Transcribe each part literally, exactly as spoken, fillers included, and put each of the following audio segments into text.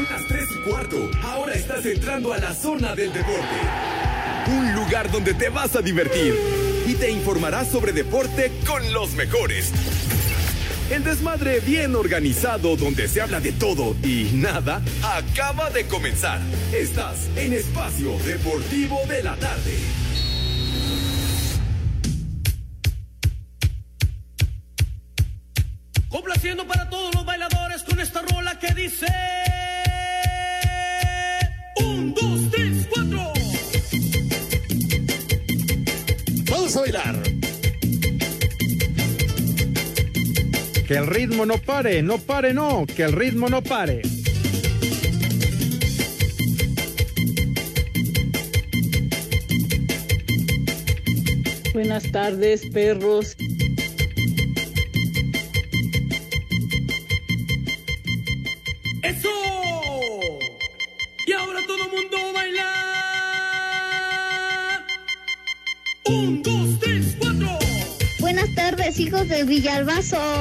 las tres y cuarto. Ahora estás entrando a la zona del deporte. Un lugar donde te vas a divertir y te informarás sobre deporte con los mejores. El desmadre bien organizado donde se habla de todo y nada acaba de comenzar. Estás en Espacio Deportivo de la Tarde. Complaciendo para todos los bailadores con esta rola que dice... Un, dos, tres, cuatro. Vamos a bailar. Que el ritmo no pare, no pare, no, que el ritmo no pare. Buenas tardes, perros. ¡Eso! Y ahora todo mundo baila. Un, dos, tres, cuatro. Buenas tardes, hijos de Villalbazo.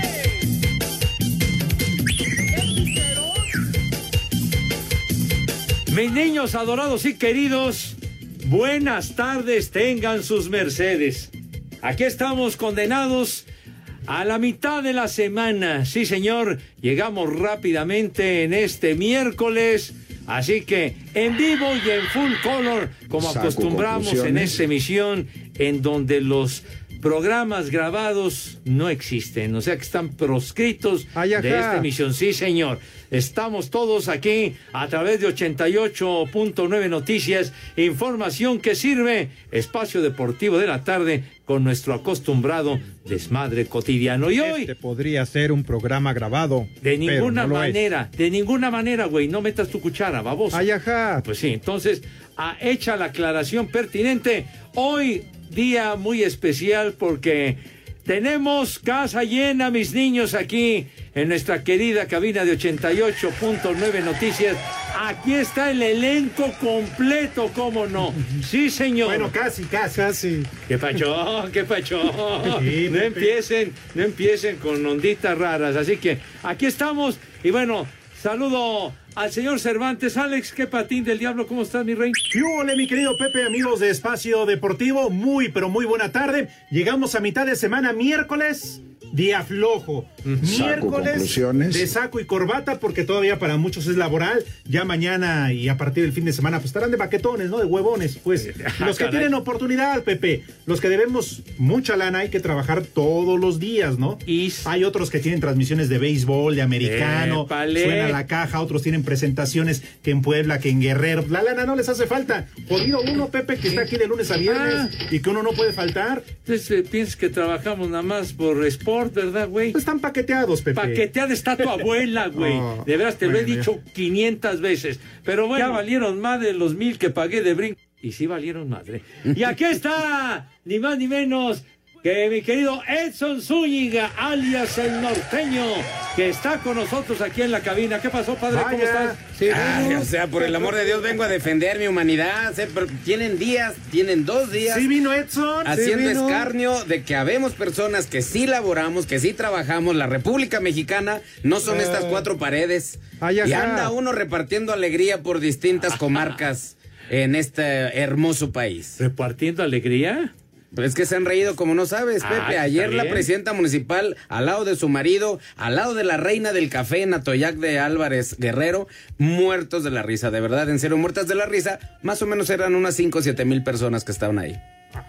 Mis niños adorados y queridos, buenas tardes tengan sus mercedes. Aquí estamos condenados a la mitad de la semana. Sí, señor, llegamos rápidamente en este miércoles. Así que en vivo y en full color, como Saco acostumbramos en esta emisión, en donde los programas grabados no existen, o sea que están proscritos Ay, de esta emisión. Sí, señor. Estamos todos aquí a través de ochenta y ocho punto nueve Noticias, información que sirve, Espacio Deportivo de la Tarde, con nuestro acostumbrado desmadre cotidiano. Y hoy... Este podría ser un programa grabado. De ninguna no manera, de ninguna manera, güey, no metas tu cuchara, baboso. Ay, ajá. Pues sí, entonces, a, hecha la aclaración pertinente, hoy día muy especial porque tenemos casa llena, mis niños, aquí en nuestra querida cabina de ochenta y ocho punto nueve Noticias. Aquí está el elenco completo, ¿cómo no? Sí, señor. Bueno, casi, casi. Casi. ¿Qué pacho? ¿Qué pacho? Sí, no empiecen, no empiecen con onditas raras. Así que aquí estamos y bueno, saludo al señor Cervantes. Alex, qué patín del diablo, ¿cómo estás, mi rey? Hola, mi querido Pepe, amigos de Espacio Deportivo, muy, pero muy buena tarde. Llegamos a mitad de semana, miércoles, día flojo. Miércoles de saco y corbata, porque todavía para muchos es laboral. Ya mañana y a partir del fin de semana, pues estarán de baquetones, ¿no? De huevones, pues. Los que tienen oportunidad, Pepe. Los que debemos mucha lana, hay que trabajar todos los días, ¿no? Y hay otros que tienen transmisiones de béisbol, de americano. Épale. Suena la caja, otros tienen presentaciones que en Puebla, que en Guerrero. La lana no les hace falta. Jodido uno, Pepe, que está aquí de lunes a viernes ah. y que uno no puede faltar. Entonces, eh, piensas que trabajamos nada más por sport, ¿verdad, güey? Pues están paqueteados, Pepe. Paqueteada está tu abuela, güey. Oh, de veras, te bueno, lo he dicho quinientas veces. Pero bueno, ya valieron más de los mil que pagué de brinco. Y sí valieron madre. Y aquí está, ni más ni menos que mi querido Edson Zúñiga, alias el norteño, que está con nosotros aquí en la cabina. ¿Qué pasó, padre? Vaya. ¿Cómo estás? Sí, Ay, o sea, por el amor de Dios, vengo a defender mi humanidad. ¿Sí? Pero tienen días, tienen dos días. Sí vino Edson. Haciendo sí vino. escarnio de que habemos personas que sí laboramos, que sí trabajamos. La República Mexicana no son uh, estas cuatro paredes. Ay, y anda uno repartiendo alegría por distintas comarcas en este hermoso país. ¿Repartiendo alegría? Pues es que se han reído como no sabes, Pepe. Ah, ayer la presidenta municipal, al lado de su marido, al lado de la reina del café en Atoyac de Álvarez Guerrero, muertos de la risa, de verdad, en serio, muertas de la risa. Más o menos eran unas cinco o siete mil personas que estaban ahí.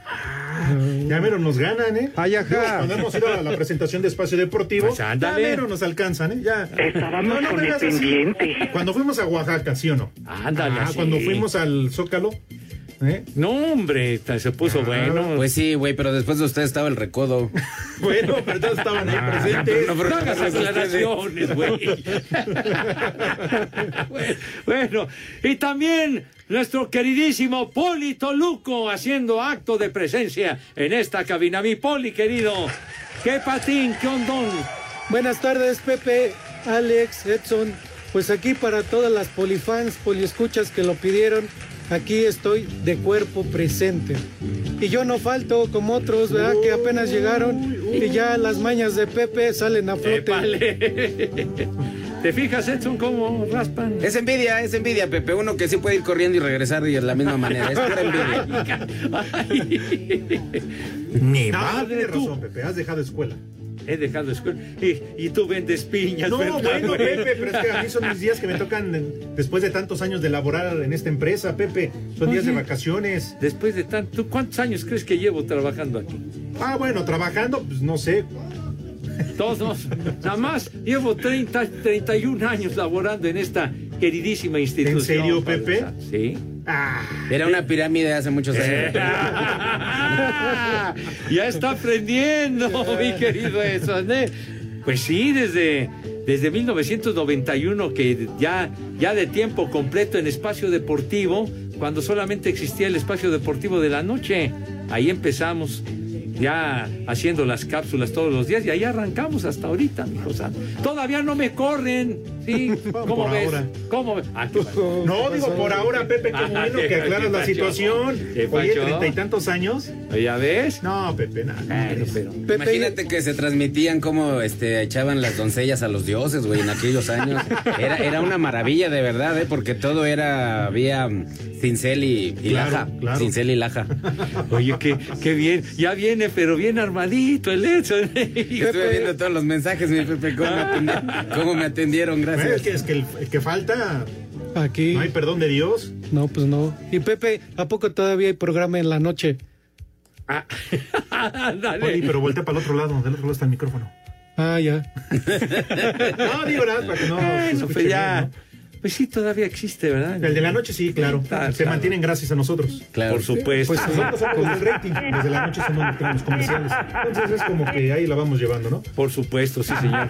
Ah, ya mero nos ganan, ¿eh? Ay, ajá. Digo, cuando hemos ido a la presentación de Espacio Deportivo, pues ya mero nos alcanzan, ¿eh? Ya. Estábamos no, no con el pendiente. Cuando fuimos a Oaxaca, ¿sí o no? Ándale. Ah, sí. Cuando fuimos al Zócalo. ¿Eh? No, hombre, se puso ah, bueno. Pues sí, güey, pero después de usted estaba el recodo. Bueno, pero todos estaban ahí ah, presentes. No, pero no hagas aclaraciones, güey. Bueno, y también nuestro queridísimo Poli Toluco haciendo acto de presencia en esta cabina. Mi Poli, querido, qué patín, qué hondón. Buenas tardes, Pepe, Alex, Edson. Pues aquí para todas las polifans, poliescuchas que lo pidieron. Aquí estoy de cuerpo presente. Y yo no falto como otros, ¿verdad? Que apenas llegaron y ya las mañas de Pepe salen a flote. ¿Te fijas, Edson, cómo raspan? Es envidia, es envidia, Pepe. Uno que sí puede ir corriendo y regresar y de la misma manera. Es pura envidia. Ni no, madre, tienes razón, Pepe. Has dejado escuela. He dejado escuela. Y, y tú vendes piñas, no, ¿verdad, bueno, güey? Pepe, pero es que a mí son mis días que me tocan después de tantos años de laborar en esta empresa, Pepe. Son Oye, días de vacaciones. Después de tanto... ¿Tú cuántos años crees que llevo trabajando aquí? Ah, bueno, trabajando, pues no sé... Todos, nada más llevo treinta, treinta y un años laborando en esta queridísima institución. ¿En serio, Pepe? Sí. Ah, era una pirámide hace muchos años. Ya está aprendiendo, mi querido Edson, ¿eh? Pues sí, desde, desde mil novecientos noventa y uno que ya, ya de tiempo completo en espacio deportivo, cuando solamente existía el espacio deportivo de la noche. Ahí empezamos. Ya haciendo las cápsulas todos los días y ahí arrancamos hasta ahorita, mijo santo. Todavía no me corren, ¿sí? ¿Cómo por ves? Ahora. ¿Cómo ves? Ah, no, digo por ahora, Pepe, qué bueno que aclaras la situación. Oye, treinta y tantos años. ¿Ya ves? No, Pepe, nada. Bueno, pero... Pepe, imagínate que se transmitían como este, echaban las doncellas a los dioses, güey, en aquellos años. Era, era una maravilla, de verdad, ¿eh? Porque todo era vía cincel y, y claro, laja. Claro. Cincel y laja. Oye, qué, qué bien. Ya viene, pero bien armadito el Edson. Estuve viendo todos los mensajes, mi Pepe, cómo me atendieron, cómo me atendieron gracias. Bueno, es que, es que el, el que falta... Aquí. ¿No hay perdón de Dios? No, pues no. Y Pepe, ¿a poco todavía hay programa en la noche? Ah, dale. Oye, pero voltea para el otro lado, del otro lado está el micrófono. Ah, ya. No, digo nada, para que no... Bueno, pues ya... Bien, ¿no? Pues sí, todavía existe, ¿verdad? El de la noche sí, claro. Claro, se claro. mantienen gracias a nosotros. Claro. Por supuesto. Pues nosotros somos el rating. Desde la noche son donde tenemos comerciales. Entonces es como que ahí la vamos llevando, ¿no? Por supuesto, sí, señor.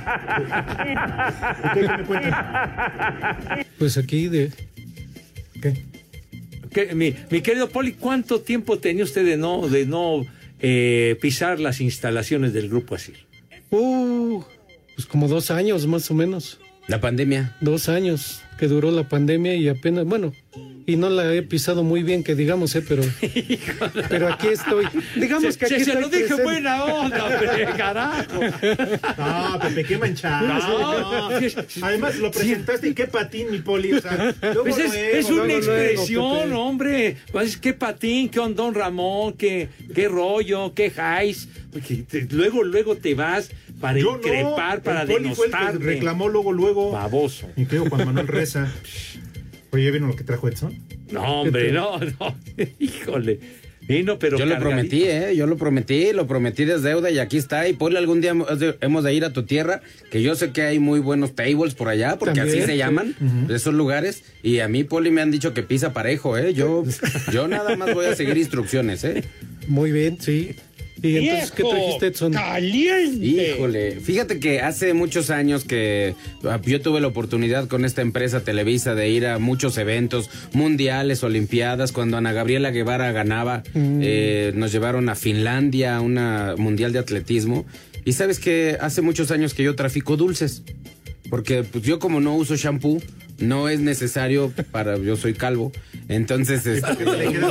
¿Y qué, qué me cuentan? Pues aquí de... ¿Qué? ¿Qué? Mi, mi querido Poli, ¿cuánto tiempo tenía usted de no, de no eh, pisar las instalaciones del Grupo Asir? Uh, pues como dos años más o menos. La pandemia. Dos años que duró la pandemia y apenas, bueno, y no la he pisado muy bien, que digamos, eh, pero, pero aquí estoy. Digamos se, que aquí se, estoy se lo dije presente. buena onda, Pepe, carajo. No, Pepe, qué manchado. No. No. Además lo presentaste y qué patín, mi Poli. O sea, luego pues es, luego, es una luego, expresión, luego, hombre. Pues, qué patín, qué ondón Ramón, qué, qué rollo, qué jais. Te, luego, luego te vas para yo increpar, no, para el Poli fue el que reclamó luego, luego. Baboso. Mi querido Juan Manuel Reza. Oye, ¿vieron lo que trajo Edson? No, hombre, no, no. Híjole. Vino, pero yo cargadito. lo prometí, ¿eh? Yo lo prometí, lo prometí desde deuda y aquí está. Y Poli, algún día hemos de ir a tu tierra, que yo sé que hay muy buenos tables por allá, porque también, así se sí. llaman, uh-huh. esos lugares. Y a mí, Poli, me han dicho que pisa parejo, ¿eh? Yo, yo nada más voy a seguir instrucciones, ¿eh? Muy bien, sí. ¿Y entonces qué trajiste, Edson? ¡Caliente! Híjole, fíjate que hace muchos años que yo tuve la oportunidad con esta empresa Televisa de ir a muchos eventos mundiales, olimpiadas, cuando Ana Gabriela Guevara ganaba, mm. eh, nos llevaron a Finlandia, a una mundial de atletismo, y sabes que hace muchos años que yo trafico dulces, porque pues, yo como no uso shampoo, no es necesario para, yo soy calvo, entonces este,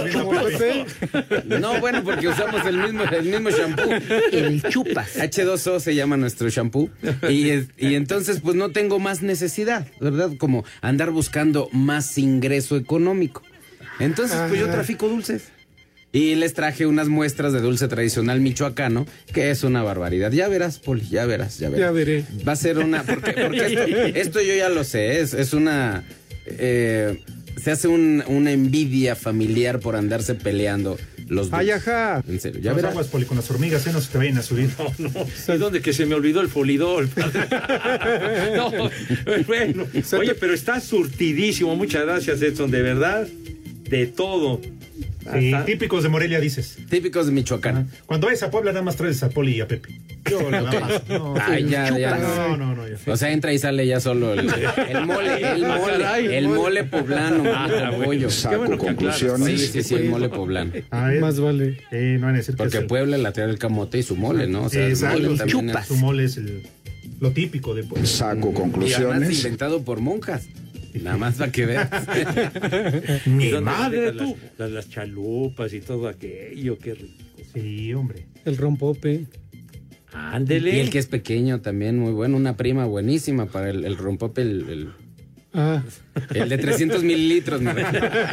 no, bueno, porque usamos el mismo el mismo shampoo, el chupas, hache dos o se llama nuestro shampoo, y, y entonces pues no tengo más necesidad, ¿verdad? Como andar buscando más ingreso económico. Entonces pues yo trafico dulces. Y les traje unas muestras de dulce tradicional michoacano, que es una barbaridad. Ya verás, Poli, ya verás, ya verás. Ya veré. Va a ser una... Porque, porque esto, esto yo ya lo sé, es, es una... Eh, se hace un, una envidia familiar por andarse peleando los dulces. Ay, ajá. En serio, ya Los verás. aguas, Poli, con las hormigas, ¿eh? No se te vayan a subir. No, no. ¿Y dónde que se me olvidó el folidol? No, bueno. Oye, pero está surtidísimo. Muchas gracias, Edson, de verdad. De todo. Sí, típicos de Morelia, dices. Típicos de Michoacán. Ajá. Cuando vayas a Puebla, nada más traes a Poli y a Pepe. Yo nada más. No, Ay, ya, ya. No, no, no. Ya. O sea, entra y sale ya solo el, el mole, el mole, el mole poblano. Ah, pollo. Saco bueno conclusiones. Sí, sí, sí, el mole poblano. A ver, Más vale. Eh, no van a decir Porque que Puebla la trae el camote y su mole, ¿no? O sea, exacto, el mole también chupas. es... Su mole es el, lo típico de Puebla. Saco Y además conclusiones. inventado por monjas. Nada más para que veas. Mi madre, tú. Las, las chalupas y todo aquello, qué rico. Sí, hombre. El rompope. Ándele. Y el que es pequeño también, muy bueno. Una prima buenísima para el, el rompope, el, el, ah. el de trescientos mililitros. ¿No?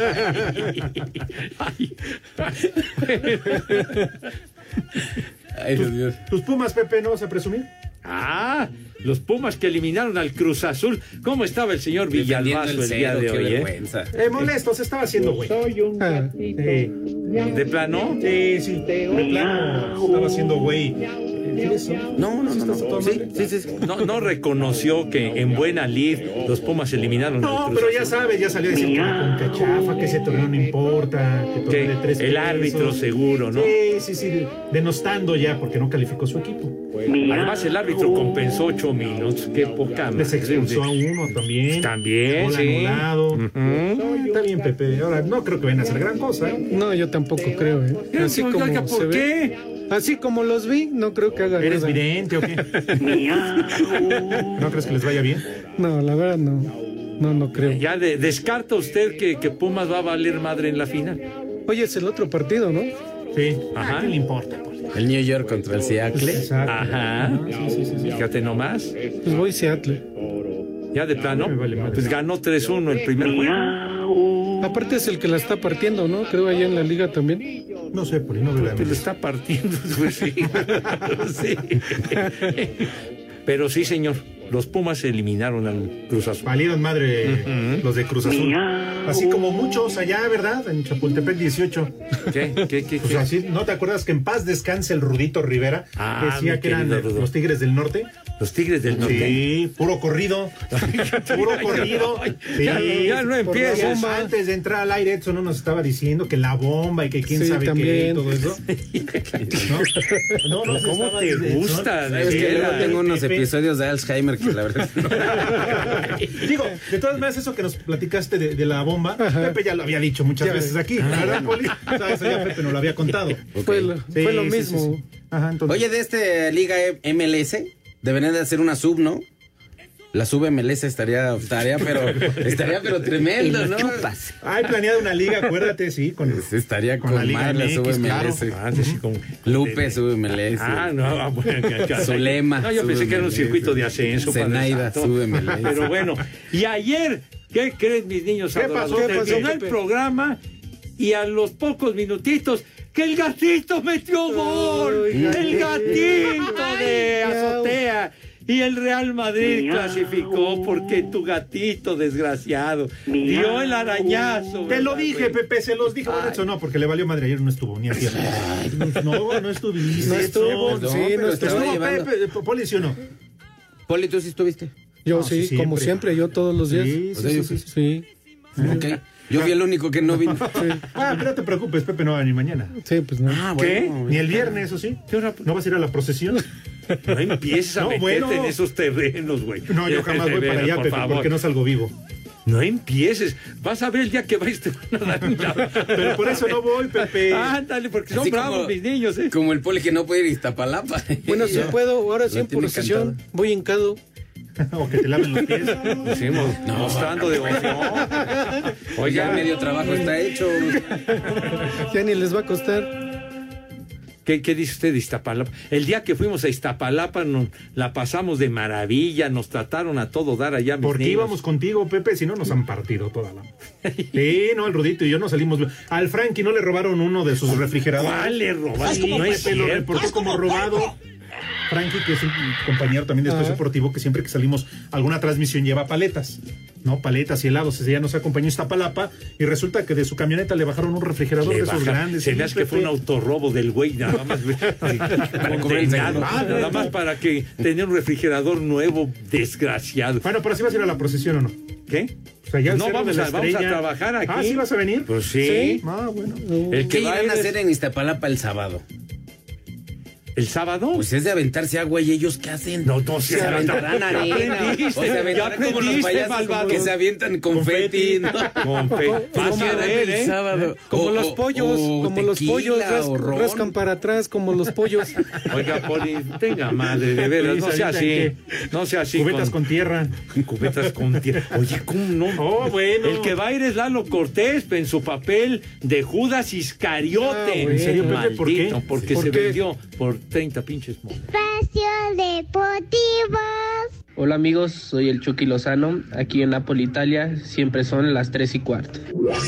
Ay. Ay, Dios mío. ¿Tus Pumas, Pepe, no vas a presumir? Ah, los Pumas que eliminaron al Cruz Azul. ¿Cómo estaba el señor Villalbazo el, el día de hoy? Eh? eh, molesto, se estaba haciendo güey. Soy un ah, eh. ¿De plano? Sí, sí, de plano estaba haciendo güey. No, no, no, no. Sí, sí, sí, sí. No, no reconoció que en buena lid los Pumas eliminaron no, al Cruz pero ya Azul. sabes, ya salió diciendo que con cachafa, que ese torneo no importa, que torneo que de tres el pesos. árbitro seguro, ¿no? Sí, sí, sí, denostando ya porque no calificó su equipo. Además el árbitro compensó ocho minutos, qué poca Les expulsó a uno también. También, Gol sí. anulado. Uh-huh. Está bien, Pepe. Ahora, no creo que vayan a hacer gran cosa, ¿eh? No, yo tampoco creo, ¿eh? Así como Oiga, ¿por se qué? Ve, así como los vi, no creo que haga ¿Eres nada. vidente o qué? ¿No crees que les vaya bien? No, la verdad no. No, no creo. Ya de, descarta usted que, que Pumas va a valer madre en la final. Oye, es el otro partido, ¿no? Sí. Ajá. ¿A quién le importa? El New York contra el Seattle. Exacto. Ajá. Sí, sí, sí, sí. Fíjate nomás. Pues voy Seattle. Ya de plano. Me vale madre. Pues ganó tres uno el primer juego. Aparte es el que la está partiendo, ¿no? Creo allá en la liga también. No sé, Poli, no veo la Pues lo está partiendo, pues sí. Sí. Pero sí, señor. Los Pumas eliminaron al Cruz Azul. Valieron madre Uh-huh. los de Cruz Azul. Así como muchos allá, ¿verdad? En Chapultepec dieciocho. ¿Qué? ¿Qué? ¿Qué? Pues qué? así, ¿no te acuerdas que en paz descanse el Rudito Rivera? Ah, Decía mi que eran querido Rudo. los Tigres del Norte. Los Tigres del Norte. Sí, puro corrido. Puro corrido. Sí. Ya, ya no Por la empieces. bomba. Antes de entrar al aire, Edson no nos estaba diciendo que la bomba y que quién Sí, sabe también. qué y todo eso. No, no, no, ¿Cómo estaba- te Edson, gusta? ¿Sabes de que veras? luego tengo unos Pepe. episodios de Alzheimer que la verdad no. Digo, de todas maneras, eso que nos platicaste de, de la bomba, Ajá. Pepe ya lo había dicho muchas Ya veces ves. aquí, ¿verdad, Poli? O sea, eso ya Pepe nos lo había contado. Fue lo, Sí, fue lo sí, mismo. sí, sí. Ajá, entonces. Oye, de este Liga M L S, deberían de hacer una sub, ¿no? La sub M L S estaría, estaría pero, estaría pero tremendo, ¿no? Hay planeada una liga, acuérdate, sí, con, Pues estaría con con la Liga madre la M X, sub M L S. claro. Ah, sí, como- Lupe, sub M L S. Ah, no, ah, bueno, ya, ya. Zulema, No, yo pensé que era un súbeme. circuito de ascenso. Padre Zenaida, Santo. súbeme. Pero bueno, y ayer, ¿qué creen mis niños ¿Qué adorados? pasó? ¿Qué pasó, Terminó el Pepe? programa y a los pocos minutitos que el gatito metió gol. Ay, El gatito de Ay, azotea. Y el Real Madrid clasificó porque tu gatito desgraciado dio el arañazo. Te lo ¿verdad, dije, güey? Pepe, se los dije. Bueno, eso no, porque le valió madre. Ayer no estuvo ni así. No, no estuviste. No estuvo, Edson. sí, pero no estaba estuvo. Estuvo llevando. Pepe, Poli, ¿sí o no? Poli, ¿tú sí estuviste? Yo No, sí, sí, como siempre. siempre, yo todos los días. Sí, O sea, sí, yo sí, fui. sí. Sí, Ok. Yo fui el único que no vino. Ah, pero no te preocupes, Pepe no va ni mañana. sí, pues no. Ah, ¿Qué? bueno. Ni el viernes, eso sí. ¿Qué hora? ¿No vas a ir a la procesión? No empieces a No, meterte bueno. en esos terrenos, güey. No, yo jamás voy para allá, Por Pepe, favor. porque no salgo vivo. No empieces. Vas a ver el día que vais te van a dar un llave. Pero por eso no voy, Pepe. Ándale, porque son Así bravos como- mis niños, ¿eh? Como el Poli que no puede ir a Iztapalapa. Bueno, si puedo, ahora sí Lo en tiene procesión, encantado. voy hincado. O que te laven los pies. Decimos, mostrando devoción. Oiga, Oiga, medio trabajo está hecho. Ya ni les va a costar. ¿Qué, ¿Qué dice usted de Iztapalapa? El día que fuimos a Iztapalapa nos la pasamos de maravilla, nos trataron a todo dar allá. mis ¿Por qué niños. íbamos contigo, Pepe? Si no, nos han partido toda la... Sí, no, el Rudito y yo no salimos... Al Frankie no le robaron uno de sus refrigeradores. ¿Cuál le robaron? Sí, No es Pepe lo cierto. reportó como robado. Frankie, que es un compañero también de Espacio Ajá. Deportivo, que siempre que salimos a alguna transmisión lleva paletas, ¿no? Paletas y helados. Ese día nos acompañó a Iztapalapa y resulta que de su camioneta le bajaron un refrigerador Le de esos baja- grandes. Se Sí, me hace que fue un Pepe. autorrobo del güey, nada más. para cobrar el seguro. nada más para que tenía un refrigerador nuevo, desgraciado. Bueno, pero si vas a ir a la procesión o no. ¿Qué? O sea, ya el No, Cerro vamos de la a, vamos a Estrella. trabajar aquí. Ah, ¿sí vas a venir? Pues sí. Ah, bueno. El ¿Qué que va irán a es- hacer en Iztapalapa el sábado? ¿El sábado? Pues es de aventarse agua y ellos ¿qué hacen? No, no, sí, se ya aventarán ya arena. aprendiste, O se ya aventarán como los aprendiste, payasos malvado. que se avientan confeti. ¿no? Con fe- Vas como a ver, el ¿eh? sábado. Como O- los o- pollos, o como los tequila, pollos ras- o ron. rascan para atrás, como los pollos. Oiga, Poli, tenga madre, de veras, no sea así. ¿Qué? No sea así. Cubetas con tierra. Cubetas con tierra. Oye, ¿cómo no? Oh, bueno. El que va a ir es Lalo Cortés en su papel de Judas Iscariote. Ah, bueno. ¿En serio, Pepe? Maldito, ¿Por qué? porque ¿Por se qué? vendió por treinta pinches monos. Espacio Deportivo. Hola amigos, soy el Chucky Lozano. Aquí en Napoli, Italia, siempre son las tres y cuarto.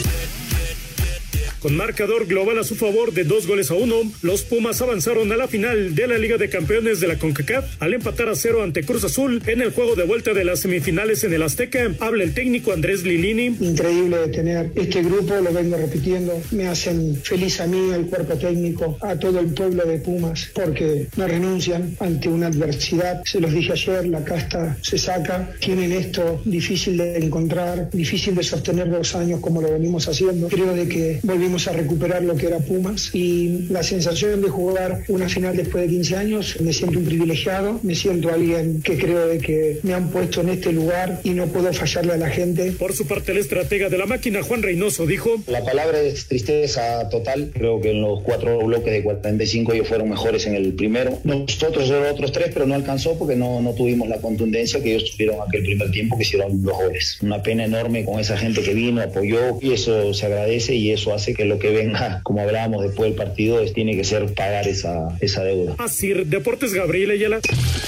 Con marcador global a su favor de dos goles a uno, los Pumas avanzaron a la final de la Liga de Campeones de la CONCACAF al empatar a cero ante Cruz Azul en el juego de vuelta de las semifinales en el Azteca. Habla el técnico Andrés Lilini. Increíble de tener este grupo, lo vengo repitiendo, me hacen feliz a mí, al cuerpo técnico, a todo el pueblo de Pumas, porque no renuncian ante una adversidad. Se los dije ayer, la casta se saca, tienen esto difícil de encontrar, difícil de sostener dos años como lo venimos haciendo. Creo de que volvimos a recuperar lo que era Pumas y la sensación de jugar una final después de quince años, me siento un privilegiado, me siento alguien que creo de que me han puesto en este lugar y no puedo fallarle a la gente. Por su parte, el estratega de la máquina, Juan Reynoso, dijo: la palabra es tristeza total. Creo que en los cuatro bloques de cuarenta y cinco ellos fueron mejores en el primero. Nosotros los otros tres, pero no alcanzó porque no, no tuvimos la contundencia que ellos tuvieron aquel primer tiempo que hicieron los goles. Una pena enorme con esa gente que vino, apoyó, y eso se agradece y eso hace que lo que venga, como hablábamos después del partido, es, tiene que ser pagar esa, esa deuda. Así, Deportes, Gabriel Ayala.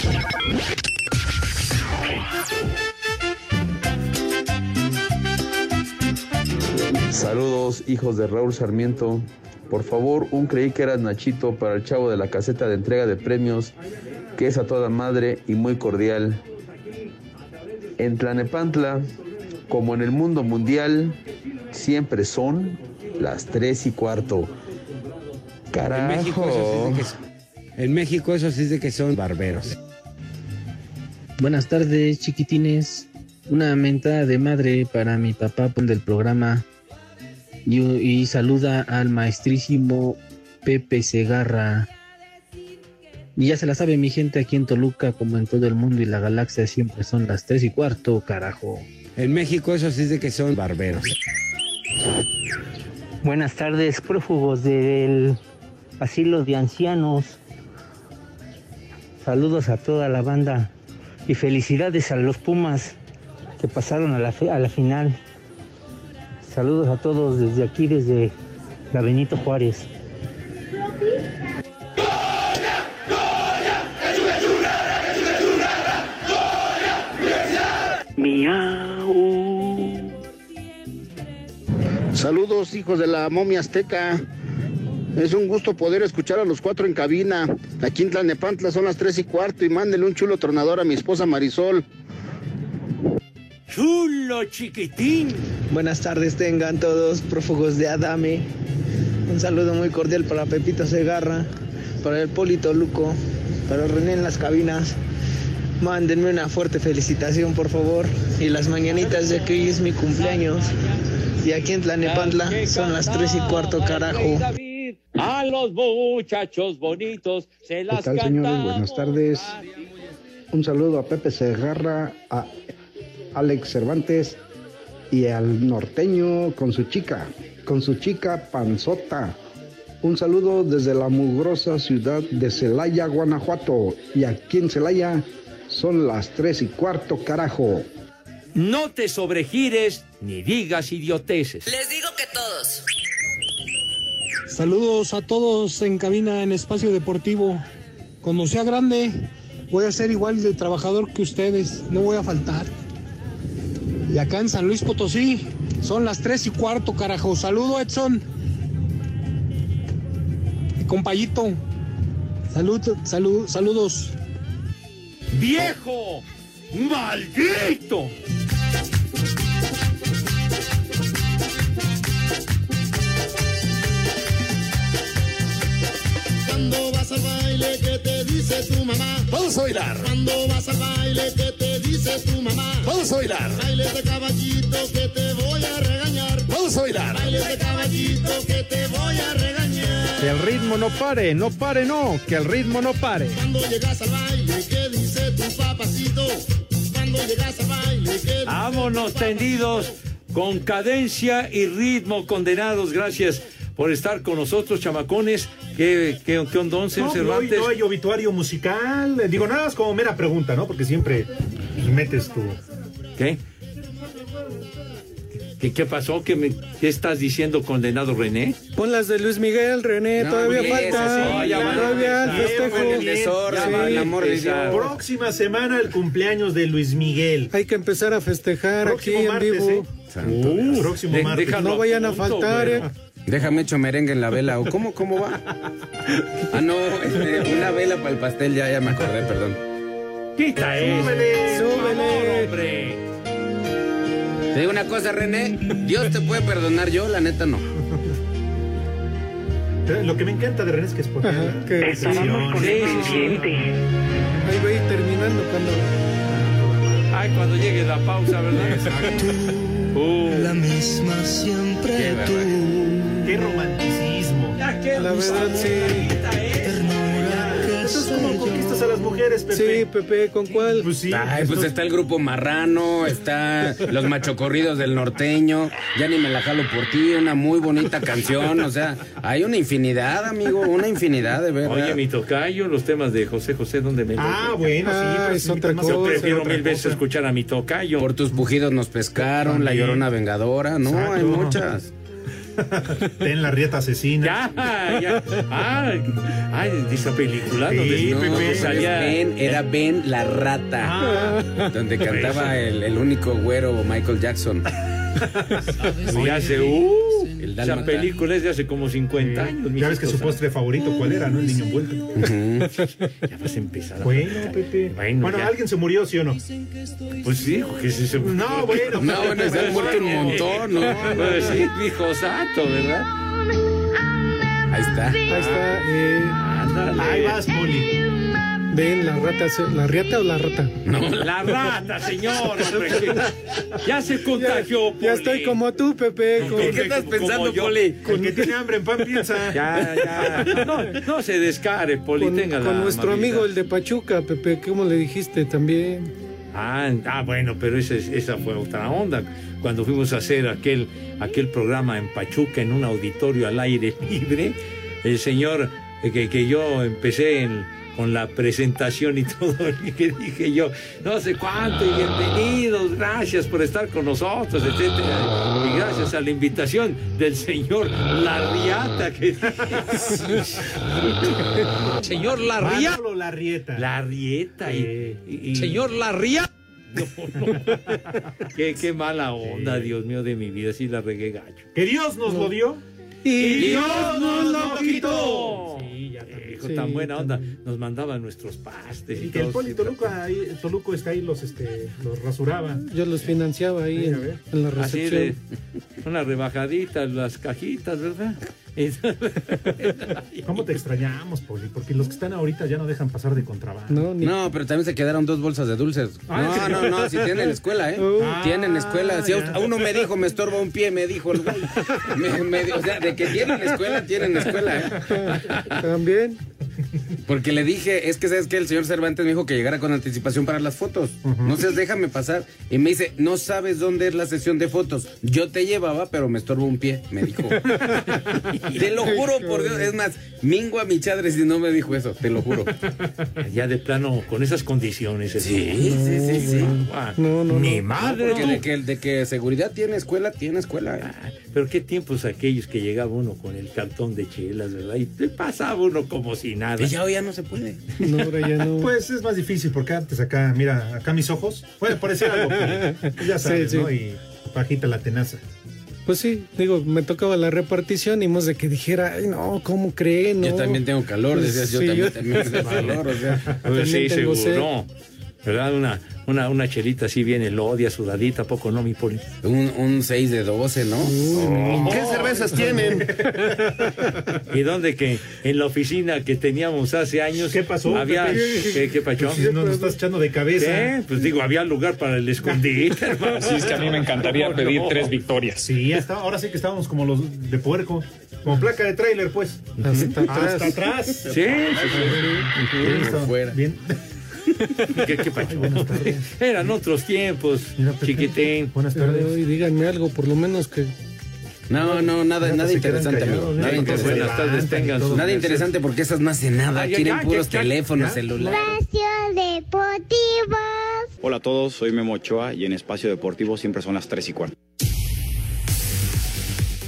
Saludos, hijos de Raúl Sarmiento. Por favor, un creí que eras Nachito para el chavo de la caseta de entrega de premios, que es a toda madre y muy cordial. En Tlanepantla, como en el mundo mundial, siempre son las tres y cuarto. Carajo. En México eso sí es de que son, en México eso sí es de que son barberos. Buenas tardes, chiquitines. Una mentada de madre para mi papá del programa. Y, y saluda al maestrísimo Pepe Segarra. Y ya se la sabe mi gente, aquí en Toluca, como en todo el mundo y la galaxia, siempre son las tres y cuarto, carajo. En México eso sí es de que son barberos. Buenas tardes, prófugos del asilo de ancianos. Saludos a toda la banda y felicidades a los Pumas que pasaron a la, a la final. Saludos a todos desde aquí, desde la Benito Juárez. Miau. Saludos, hijos de la momia azteca. Es un gusto poder escuchar a los cuatro en cabina. Aquí en Tlanepantla son las tres y cuarto y mándenle un chulo tronador a mi esposa Marisol. Chulo chiquitín. Buenas tardes tengan todos, prófugos de Adame. Un saludo muy cordial para Pepito Segarra, para el Polito Luco, para René en las cabinas. Mándenme una fuerte felicitación, por favor. Y las mañanitas, ya que hoy es mi cumpleaños. Y aquí en Tlanepantla son las tres y cuarto, carajo. A los muchachos bonitos se las cantamos. ¿Qué tal, señores? Buenas tardes. Un saludo a Pepe Segarra, a Alex Cervantes y al norteño con su chica, con su chica panzota. Un saludo desde la mugrosa ciudad de Celaya, Guanajuato. Y aquí en Celaya son las tres y cuarto, carajo. No te sobregires ni digas idioteces. Les digo que todos. Saludos a todos en cabina en Espacio Deportivo. Cuando sea grande, voy a ser igual de trabajador que ustedes. No voy a faltar. Y acá en San Luis Potosí son las tres y cuarto, carajo. Saludo, Edson. Y compayito. Salud, salud, saludos. ¡Viejo! ¡Maldito! Cuando vas al baile, ¿qué te dice tu mamá? Vamos a bailar. Cuando vas al baile, ¿qué te dice tu mamá? Vamos a bailar. Bailes de caballito que te voy a regañar. Vamos a bailar. Bailes de caballito que te voy a regañar. Que el ritmo no pare, no pare, no, que el ritmo no pare. Cuando llegas al baile, ¿qué dice tu papacito? Cuando llegas al baile, ¿qué Vámonos tendidos con cadencia y ritmo, condenados. Gracias por estar con nosotros, chamacones. ¿Qué, qué, qué ondón, señor no, Cervantes? No, no hay obituario musical. Digo, nada más como mera pregunta, ¿no? Porque siempre metes tu... ¿Qué? ¿Qué, qué pasó? ¿Qué, me, ¿Qué estás diciendo, condenado René? Pon las de Luis Miguel, René, no, todavía falta. Sí, ya va, todavía el festejo. El desorden, sí, el amor de Dios. Próxima semana el cumpleaños de Luis Miguel. Hay que empezar a festejar Próximo aquí martes, en vivo. ¿eh? Uh, próximo de, martes. No vayan a faltar, ¿eh? Déjame hecho merengue en la vela. ¿O cómo, cómo va? Ah, no, este, una vela para el pastel, ya, ya me acordé, perdón. Quita eso. Súbele, súbele. Hombre. Te digo una cosa, René, Dios te puede perdonar, yo la neta no. Lo que me encanta de René es que es porque estábamos con el pendiente. Ahí va a ir terminando cuando... Ay, cuando llegue la pausa, ¿verdad? Exacto. Uh, la misma siempre qué tú. Qué romanticismo. Ya que la verdad, sí. Entonces, ¿cómo conquistas a las mujeres, Pepe? Sí, Pepe, ¿con cuál? Pues sí. Ay, pues está el grupo Marrano, está los machocorridos del norteño, ya ni me la jalo por ti, una muy bonita canción, o sea, hay una infinidad, amigo, una infinidad de verdad. Oye, mi tocayo, los temas de José José, ¿dónde me Ah, los... bueno, sí, ah, pero es otra cosa. Yo prefiero otra mil veces cosa. escuchar a mi tocayo. Por tus pujidos nos pescaron, también. La Llorona Vengadora, no, exacto. Hay muchas. Ten la rieta asesina. Ya, ya. Ay, ay, de esa película sí, donde no, Pepe salía. Ben, era Ben la Rata, ah. donde cantaba el, el único güero Michael Jackson. Ya hace, uh, esa película es de hace como cincuenta años. Ya ves que su postre favorito, ¿cuál era? ¿No? El niño envuelto. Uh-huh. Ya vas a empezar. A bueno, Pepe. Bueno, bueno ¿alguien se murió, sí o no? Pues sí, que sí se murió. No, bueno. No, bueno, se han muerto un montón, ¿no? Pues sí, hijo santo, ¿verdad? Ahí está. Ahí está. Eh, Ahí vas, Poli. Ven, la rata, ¿la riata o la rata? No, la rata, señor, hombre. Ya se contagió, ya, ya estoy como tú, Pepe. ¿Qué, ¿Qué estás pensando, Poli? Con que tiene hambre en pan piensa. Ya, ya. No, no se descare, Poli. Con, tenga con la nuestro amabilidad. amigo, el de Pachuca, Pepe, ¿cómo le dijiste también? Ah, ah bueno, pero esa, esa fue otra onda. Cuando fuimos a hacer aquel, aquel programa en Pachuca, en un auditorio al aire libre, el señor, que, que yo empecé en... con la presentación y todo, y que dije yo, no sé cuánto, y bienvenidos, gracias por estar con nosotros, etcétera, y gracias a la invitación del señor Larriata, que señor Larriata, Manolo Larrieta, Larrieta, y, y, y... señor Larriata. No, no. qué, qué mala onda, sí. Dios mío de mi vida, sí la regué gacho. Que Dios nos no. lo dio y, y Dios nos lo quitó. Sí, ya hijo, sí, tan buena onda. Nos mandaba nuestros pastes. Y, y que el Poli Toluco, ahí, Toluco está ahí, los, este, los rasuraba. Yo los financiaba ahí en, en la recepción. Así de, una rebajadita, las cajitas, ¿verdad? ¿Cómo te extrañamos, Poli? Porque los que están ahorita ya no dejan pasar de contrabando. No, ni... no pero también se quedaron dos bolsas de dulces. Ah, no, no, no, si tienen escuela, ¿eh? Uh, tienen escuela. Si a uno me dijo, me estorba un pie, me dijo el güey. Me, me, o sea, de que tienen escuela, tienen escuela, ¿eh? También. Porque le dije, es que sabes que el señor Cervantes me dijo que llegara con anticipación para las fotos. Uh-huh. No sé, déjame pasar. Y me dice, no sabes dónde es la sesión de fotos. Yo te llevaba, pero me estorbo un pie, me dijo. Te lo juro por Dios. Es más, mingo a mi chadre si no me dijo eso, te lo juro. Ya de plano, con esas condiciones. Sí, no, sí, sí, sí. No, no, Mi no. madre. Porque de que, de que seguridad tiene escuela, tiene escuela. ¿eh? Ah, pero qué tiempos aquellos que llegaba uno con el cartón de chelas, ¿verdad? Y te pasaba uno como si nada. Y ya hoy ya no se puede. No, ahora ya no. Pues es más difícil porque antes acá, mira, acá mis ojos, puede parecer algo que ya sabes, sí, sí. ¿no? Y bajita la tenaza. Pues sí, digo, me tocaba la repartición y más de que dijera, ay, no, ¿cómo creen? No? Yo también tengo calor, decías, yo sí, también, yo... también tengo calor, o sea. Pues sí, seguro, ¿verdad? Una, una, una chelita así bien elodia, sudadita, poco no, mi Poli. Un, un seis de doce, ¿no? Uh, oh. ¿Qué cervezas tienen? ¿Y dónde que en la oficina que teníamos hace años? ¿Qué pasó? Había, ¿qué, qué pasó? Pues si no nos estás echando de cabeza. ¿Qué? Pues digo, había lugar para el escondite, hermano. Sí, es que a mí me encantaría no, pedir no. tres victorias. Sí, hasta, ahora sí que estábamos como los de puerco. Como placa de tráiler, pues. Hasta atrás. Hasta atrás. Sí, sí, sí. Bien, está, fuera. Bien. ¿Qué, qué pasó? Ay, eran otros tiempos, Mira, chiquitín. Buenas tardes. Hoy díganme algo, por lo menos que... No, no, nada, nada, nada interesante, amigo. Nada interesante. Buenas tardes, tengan su... Nada interesante porque esas no hacen nada. Ay, Quieren ay, puros ay, teléfonos, ay, celulares. Espacio Deportivo. Hola a todos, soy Memo Ochoa y en Espacio Deportivo siempre son las tres y cuarto.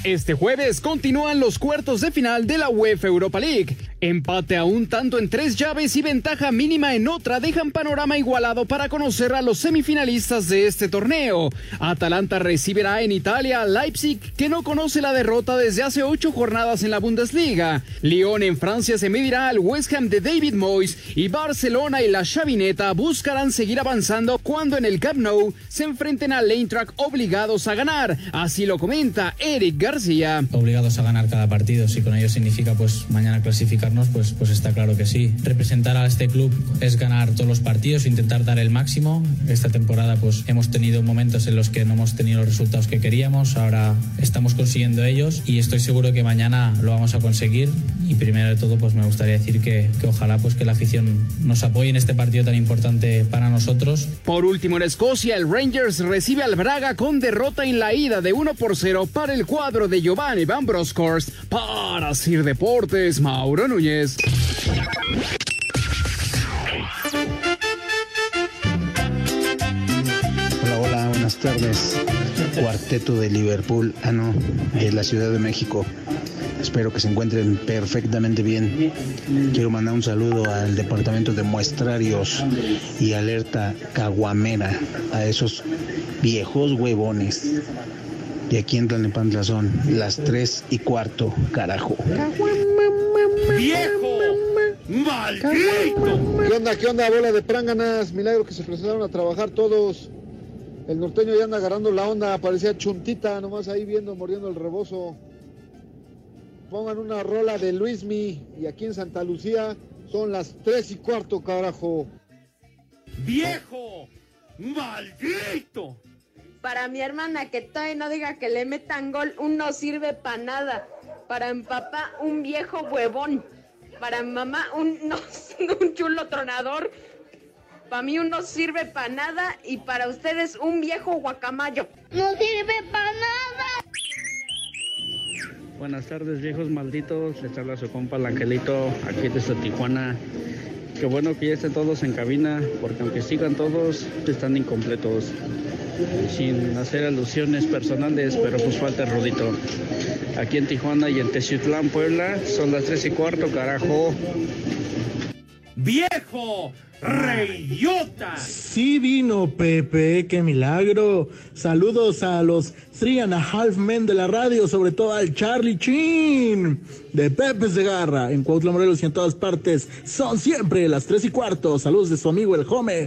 Este jueves continúan los cuartos de final de la UEFA Europa League. Empate a un tanto en tres llaves y ventaja mínima en otra dejan panorama igualado para conocer a los semifinalistas de este torneo. Atalanta recibirá en Italia a Leipzig, que no conoce la derrota desde hace ocho jornadas en la Bundesliga. Lyon en Francia se medirá al West Ham de David Moyes y Barcelona y la Chavineta buscarán seguir avanzando cuando en el Camp Nou se enfrenten al Eintracht obligados a ganar. Así lo comenta Eric García. Obligados a ganar cada partido, si con ello significa pues mañana clasificarnos, pues, pues está claro que sí. Representar a este club es ganar todos los partidos, intentar dar el máximo. Esta temporada pues hemos tenido momentos en los que no hemos tenido los resultados que queríamos, ahora estamos consiguiendo ellos y estoy seguro que mañana lo vamos a conseguir. Y primero de todo pues me gustaría decir que, que ojalá pues que la afición nos apoye en este partido tan importante para nosotros. Por último, en Escocia el Rangers recibe al Braga con derrota en la ida de uno por cero para el cuadro de Giovanni Van Bronckhorst. Para Sir Deportes, Mauro Núñez. Hola, hola, buenas tardes. Cuarteto de Liverpool, ah no, de la Ciudad de México. Espero que se encuentren perfectamente bien. Quiero mandar un saludo al departamento de muestrarios y alerta caguamera a esos viejos huevones. Y aquí en Tlalnepantla son las tres y cuarto, carajo. ¡Viejo! ¡Maldito! ¿Qué onda, qué onda, bola de pránganas? Milagro que se presentaron a trabajar todos. El norteño ya anda agarrando la onda, parecía chuntita, nomás ahí viendo, mordiendo el rebozo. Pongan una rola de Luismi y aquí en Santa Lucía son las tres y cuarto, carajo. ¡Viejo! ¡Maldito! Para mi hermana que todavía no diga que le metan gol, un no sirve para nada. Para mi papá, un viejo huevón. Para mi mamá, un, no, un chulo tronador. Para mí, un no sirve para nada. Y para ustedes, un viejo guacamayo. No sirve para nada. Buenas tardes, viejos malditos. Les habla su compa el Angelito, aquí desde Tijuana. Qué bueno que ya estén todos en cabina, porque aunque sigan todos, están incompletos. Sin hacer alusiones personales, pero pues falta el Rudito. Aquí en Tijuana y en Teciutlán, Puebla, son las tres y cuarto, carajo. ¡Viejo! ¡Reyota! Sí vino, Pepe, qué milagro. Saludos a los three and a half men de la radio, sobre todo al Charlie Chin, de Pepe Segarra, en Cuautla, Morelos y en todas partes. Son siempre las tres y cuarto. Saludos de su amigo el Homer.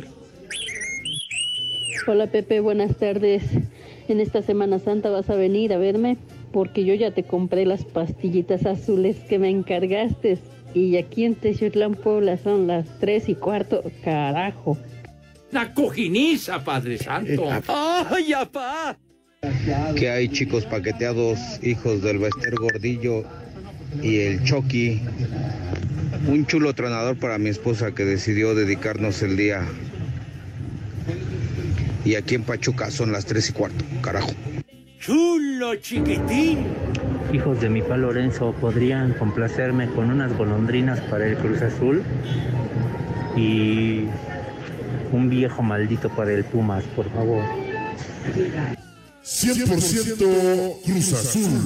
Hola, Pepe, buenas tardes. En esta Semana Santa vas a venir a verme, porque yo ya te compré las pastillitas azules que me encargaste. Y aquí en Teciutlán, Puebla, son las tres y cuarto, carajo. La cojiniza, Padre Santo. ¡Ay, apá! ¿Qué hay, chicos paqueteados, hijos del Bester Gordillo y el Chucky? Un chulo tronador para mi esposa que decidió dedicarnos el día. Y aquí en Pachuca son las tres y cuarto, carajo. Chulo chiquitín. Hijos de mi pa Lorenzo, ¿podrían complacerme con unas golondrinas para el Cruz Azul? Y un viejo maldito para el Pumas, por favor. cien por ciento Cruz Azul.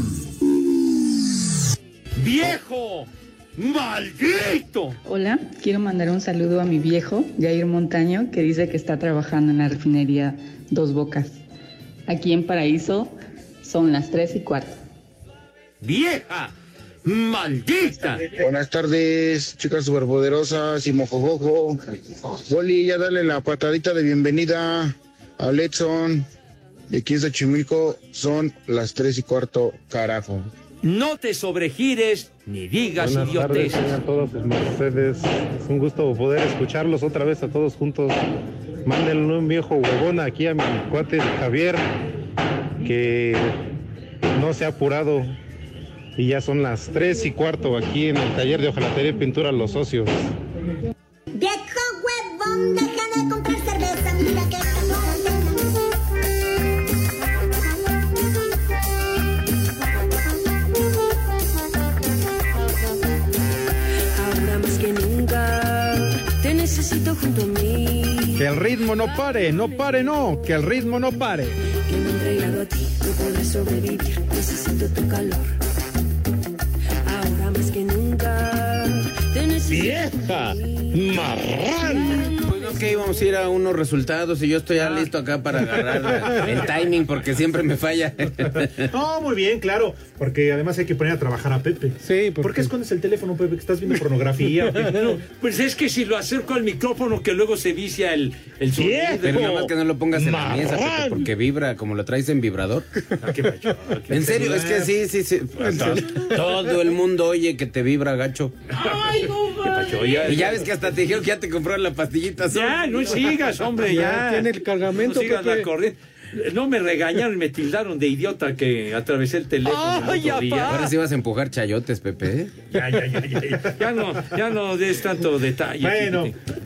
¡Viejo! ¡Maldito! Hola, quiero mandar un saludo a mi viejo, Jair Montaño, que dice que está trabajando en la refinería Dos Bocas. Aquí en Paraíso son las tres y cuarto. ¡Vieja! ¡Maldita! Buenas tardes, chicas superpoderosas y mojojojo. Boli, ya dale la patadita de bienvenida a Letson. Y aquí en Xochimilco son las tres y cuarto, carajo. No te sobregires ni digas Buenas idioteces. tardes, a todos ustedes. Es un gusto poder escucharlos otra vez a todos juntos. Mándenle un viejo huevón aquí a mi cuate Javier, que no se ha apurado. Y ya son las tres y cuarto aquí en el taller de hojalatería y pintura Los Socios. Viejo huevón, deja de comprar cerveza, mira que ahora más que nunca te necesito junto a mí. Que el ritmo no pare, no pare, no, que el ritmo no pare. Que me he entregado a ti, no podré sobrevivir. necesito tu calor. Ahora más que nunca te necesito. ¡Vieja! ¡Marrán! Pues no, que íbamos a ir a unos resultados y yo estoy ya listo acá para agarrar el timing porque siempre me falla. No, muy bien, claro, porque además hay que poner a trabajar a Pepe. Sí, porque... ¿Por qué escondes el teléfono, Pepe? ¿Que estás viendo pornografía? No, pues es que si lo acerco al micrófono que luego se vicia el, el sonido. Pero nada más que no lo pongas en la mesa, Pepe, porque vibra, como lo traes en vibrador. Ah, qué macho, qué en serio, es que sí, sí, sí. Todo el mundo oye que te vibra, gacho. Ay, no, macho, ya, y ya ves que hasta te dijeron que ya te compraron la pastillita. Ya, no sigas, hombre, ya. ya. Tiene el cargamento, no sigas Pepe. la corriente. No me regañaron y me tildaron de idiota que atravesé el teléfono. Ay, ahora sí vas a empujar chayotes, Pepe. Ya, ya, ya, ya, ya. Ya no, ya no des tanto detalle. Bueno.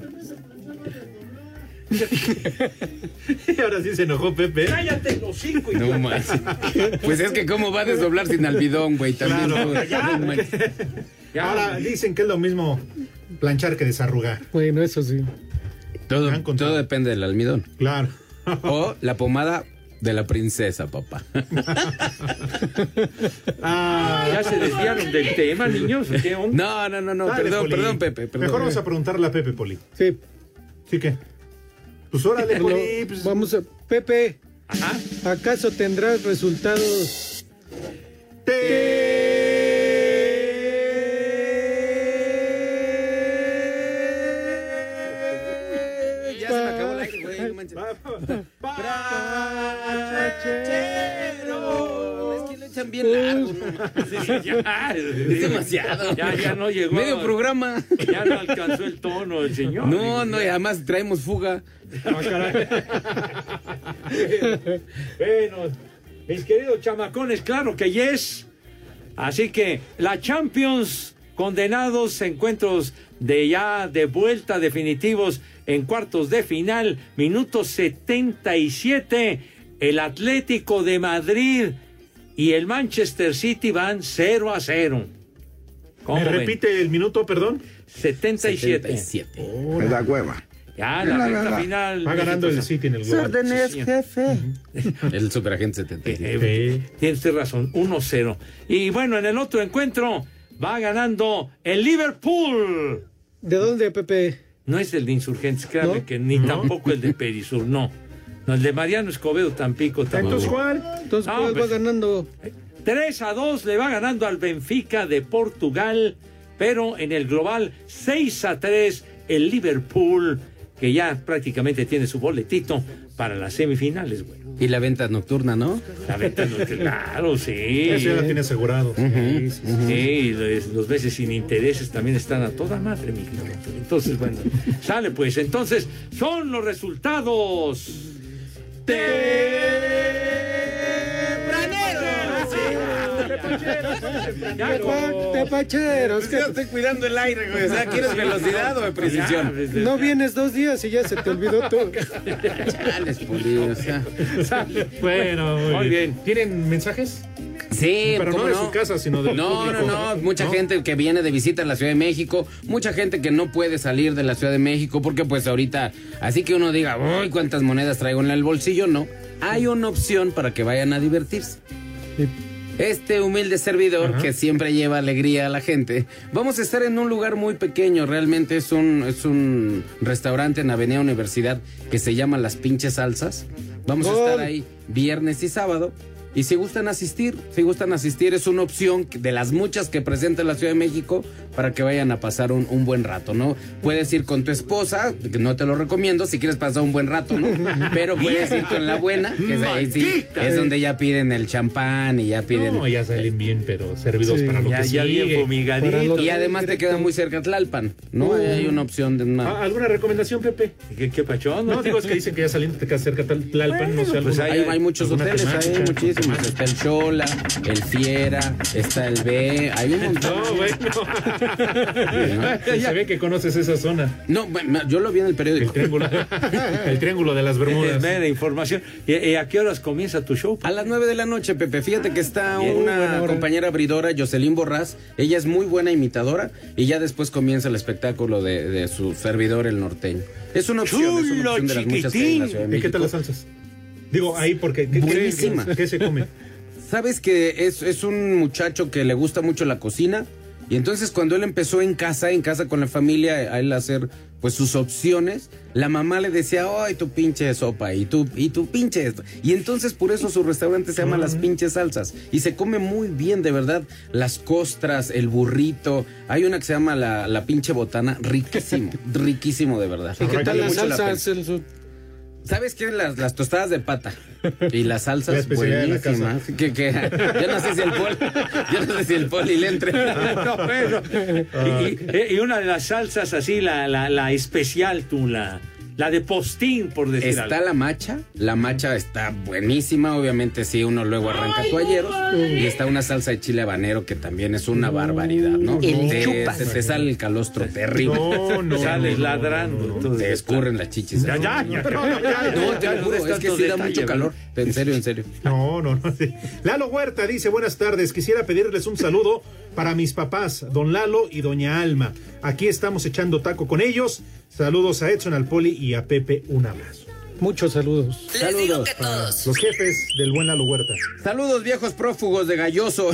Y ahora sí se enojó Pepe. Cállate los cinco. No más. Pues es que cómo va a desdoblar sin almidón, güey. También. Claro, no, ya. no Ya. Ahora dicen que es lo mismo planchar que desarrugar. Bueno, eso sí. Todo, todo depende del almidón. Claro. O la pomada de la princesa, papá. Ah, ya se desviaron del tema, niños. ¿Qué onda? No, no, no, no. Dale, perdón, Poli. perdón, Pepe. Perdón. Mejor vamos a preguntarle a Pepe, Poli. Sí. ¿Sí qué? Pues órale, Poli. Lo- Pues... Vamos a... Pepe, Ajá. ¿acaso tendrás resultados? Ya se me acabó el aire, güey. No manches. Es que lo echan bien largo, ¿no? Sí, ya, Es demasiado. Ya, ya no llegó. Medio programa. Ya no alcanzó el tono el señor. No, no, y además traemos fuga. Ah, caray. Bueno, mis queridos chamacones, claro que yes. Así que la Champions, condenados, encuentros de ya de vuelta definitivos en cuartos de final, minuto setenta y siete, el Atlético de Madrid y el Manchester City van cero a cero. ¿Me repite el minuto, perdón? setenta y siete. setenta y siete. Me da hueva. Ya, la recta final. Va ganando el City en el global. Órdenes, Sí, jefe. El superagente setenta y siete. Eh, Tienes razón, uno cero. Y bueno, en el otro encuentro va ganando el Liverpool. ¿De dónde, Pepe? No es el de Insurgentes, créame ¿No? que ni ¿No? tampoco el de Perisur, no. No, el de Mariano Escobedo, Tampico, tampoco. Entonces, ¿cuál? Entonces, No, ¿cuál pues- va ganando? tres a dos le va ganando al Benfica de Portugal, pero en el global seis a tres el Liverpool, que ya prácticamente tiene su boletito para las semifinales, güey. Y la venta nocturna, ¿no? La venta no, claro, sí. Eso ya lo tiene asegurado. Sí, sí, sí. Sí, los, los meses sin intereses también están a toda madre, mi hijo. Entonces, bueno, sale pues. Entonces, son los resultados. Ya, con- Tepacheros. Ya estoy cuidando el aire, güey. O sea, ¿quieres velocidad o de precisión? No vienes dos días y ya se te olvidó todo. Chales, Poli, o sea. Bueno, muy, Muy bien. bien. ¿Tienen mensajes? Sí, Pero no ¿cómo de su casa, sino del No, público. no, no. Mucha ¿No? gente que viene de visita a la Ciudad de México, mucha gente que no puede salir de la Ciudad de México porque pues ahorita, así que uno diga, uy, cuántas monedas traigo en el bolsillo, no. Hay una opción para que vayan a divertirse. Este humilde servidor Ajá. que siempre lleva alegría a la gente, vamos a estar en un lugar muy pequeño, realmente es un, es un restaurante en Avenida Universidad que se llama Las Pinches Salsas. Vamos a estar ahí viernes y sábado. Y si gustan asistir, si gustan asistir, es una opción de las muchas que presenta la Ciudad de México para que vayan a pasar un, un buen rato, ¿no? Puedes ir con tu esposa, que no te lo recomiendo si quieres pasar un buen rato, ¿no? Pero puedes ir con la buena, que es, ahí sí, es donde ya piden el champán y ya piden... No, ya salen bien, pero servidos Sí, para lo Ya, que ya sigue. bien fumigaditos. Y además te queda muy cerca Tlalpan, ¿no? Ahí hay una opción de una... Ah, ¿alguna recomendación, Pepe? ¿Qué, qué pachón? No, digo, es que dicen que ya saliendo te quedas cerca de Tlalpan, no sé, pues alguna- Hay, hay muchos alguna hoteles, que hay mancha. muchísimos. Está el Xola, el Fiera, está el B, hay un montón. No, bueno. Se ve que conoces esa zona. No, bueno, yo lo vi en el periódico. El triángulo, el triángulo de las Bermudas. Mera información. ¿Y, y a qué horas comienza tu show? A las nueve de la noche, Pepe. Fíjate que está Bien. una Buena hora. compañera abridora, Jocelyn Borrás. Ella es muy buena imitadora y ya después comienza el espectáculo de, de su servidor, el norteño. Es una opción, es una Chulo, opción de las muchas que hay en la Ciudad de ¿Y qué México. tal las salsas? Digo, ahí porque... ¿qué, Buenísima. qué, qué se come? ¿Sabes que es, es un muchacho que le gusta mucho la cocina? Y entonces cuando él empezó en casa, en casa con la familia, a él hacer pues sus opciones, la mamá le decía, ay, tu pinche sopa, y tu, y tu pinche esto. Y entonces por eso su restaurante se llama Las Pinches Salsas. Y se come muy bien, de verdad. Las costras, el burrito. Hay una que se llama la, la pinche botana, riquísimo, riquísimo de verdad. ¿Y qué tal las salsas? ¿Sabes qué? Las, las tostadas de pata y las salsas buenísimas. Que, que, yo no sé si el poli, yo no sé si el poli le entre. No, bueno. y, y, y una de las salsas así, la, la, la especial, tú, la, la de postín, por decir está algo. Está la macha, la macha está buenísima, obviamente sí, uno luego arranca Ay, toalleros, no, y está una salsa de chile habanero que también es una barbaridad, ¿no? El te, chupas. Se te sale el calostro terrible. No, no. Sales ladrando. No, no. Te escurren las chichis. Ya, ya, ya. No, no, ya, no, no te lo juro, es que sí da mucho calor. En serio, en serio. No, no, no. Sí. Lalo Huerta dice, buenas tardes, quisiera pedirles un saludo para mis papás, don Lalo y doña Alma. Aquí estamos echando taco con ellos. Saludos a Edson, al Poli y a Pepe, un abrazo. Muchos saludos. Les saludos digo que todos. Los jefes del buen Lalo Huerta. Saludos, viejos prófugos de Galloso.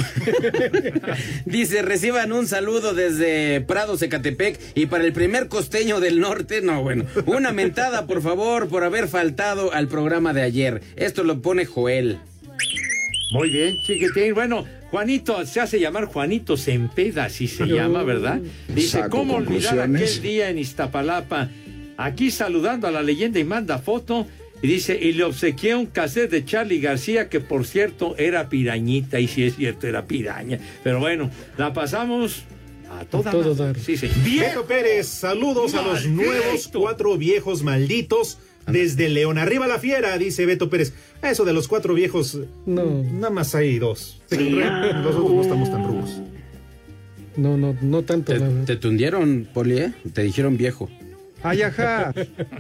Dice, reciban un saludo desde Prados, Ecatepec, y para el primer costeño del norte, no, bueno, una mentada, por favor, por haber faltado al programa de ayer. Esto lo pone Joel. Muy bien, chiquitín. Bueno, Juanito, se hace llamar Juanito Sempeda, así se llama, ¿verdad? Dice, Saco ¿cómo olvidar conclusiones. aquel día en Iztapalapa? Aquí saludando a la leyenda y manda foto. Y dice, y le obsequié un cassette de Charly García, que por cierto era pirañita, y si es cierto, era piraña. Pero bueno, la pasamos a toda a todo dar. dar. Sí, sí. Beto Pérez, saludos Maldito. a los nuevos cuatro viejos malditos desde León. Arriba la fiera, dice Beto Pérez. Eso de los cuatro viejos, no, nada más hay dos. Sí. Los otros no estamos tan rudos. No, no, no tanto. Te, te tundieron, Poli, ¿eh? Te dijeron viejo. Ay, ajá.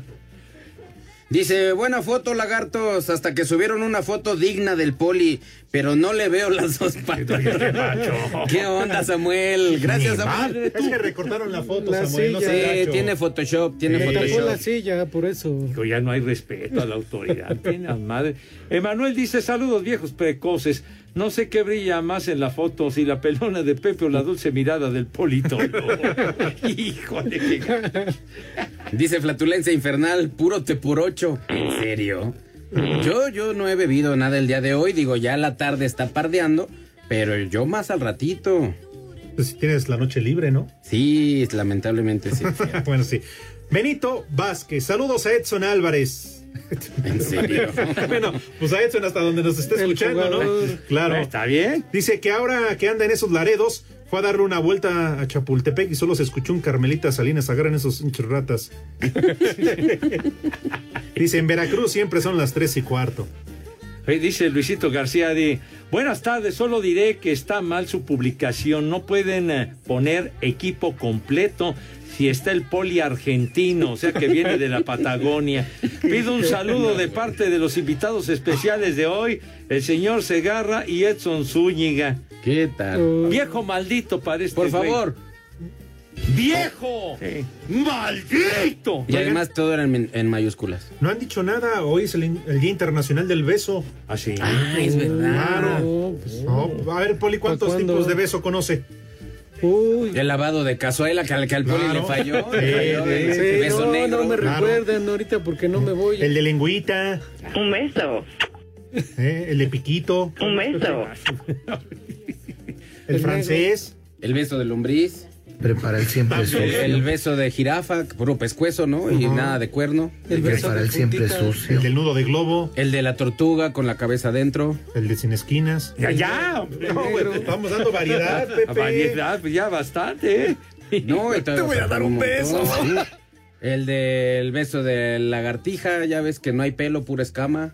Dice, buena foto, lagartos, hasta que subieron una foto digna del Poli, pero no le veo las dos patas. ¿Qué onda, Samuel? Gracias, Samuel. Es que recortaron la foto, la Samuel. No sí, tiene Photoshop, tiene Me Photoshop. tapó la silla, por eso. Digo, ya no hay respeto a la autoridad. Tiene madre. Emanuel dice, saludos, viejos precoces. No sé qué brilla más en la foto, si la pelona de Pepe o la dulce mirada del Polito. Híjole, qué... Dice Flatulencia Infernal, puro te por ocho. ¿En serio? Yo, yo no he bebido nada el día de hoy. Digo, ya la tarde está pardeando, pero yo más al ratito. Pues si tienes la noche libre, ¿no? Sí, lamentablemente sí. Bueno, sí. Benito Vázquez, saludos a Edson Álvarez. ¿En serio? Bueno, pues a Edson hasta donde nos esté escuchando, ¿no? Claro. Está bien. Dice que ahora que anda en esos Laredos, fue a darle una vuelta a Chapultepec y solo se escuchó un Carmelita Salinas, agarran esos hinchos ratas. Dice, en Veracruz siempre son las tres y cuarto. Dice Luisito García de, buenas tardes, solo diré que está mal su publicación, no pueden eh, poner equipo completo si está el Poli argentino, o sea que viene de la Patagonia. Pido un saludo de parte de los invitados especiales de hoy, el señor Segarra y Edson Zúñiga. ¿Qué tal? Viejo maldito parece. Por favor. ¡Viejo! Sí. ¡Maldito! Y además todo era en, en mayúsculas. No han dicho nada, hoy es el, el Día Internacional del Beso. ¿Ah, sí? Ah, es verdad. Claro. No, pues, no. A ver, Poli, ¿cuántos tipos de beso conoce? Uy. El lavado de cazuela que al, que al Poli claro. le falló. Sí, le falló sí, de, sí. Beso no, negro. no me claro. recuerden ahorita porque no me voy. El de lengüita. Un beso. ¿Eh? El de piquito. Un beso. El, el francés. El beso de lombriz. Prepara el siempre sucio. El, el beso de jirafa, puro pescuezo, ¿no? Uh-huh. Y nada de cuerno. El Prepara el siempre sucio. El del nudo de globo. El de la tortuga con la cabeza adentro. El de sin esquinas. Ya, ya. No, bueno, estamos dando variedad, Pepe. Variedad, pues ya bastante, ¿eh? No, y te voy a dar un beso. ¿Sí? El del beso de lagartija, ya ves que no hay pelo, pura escama.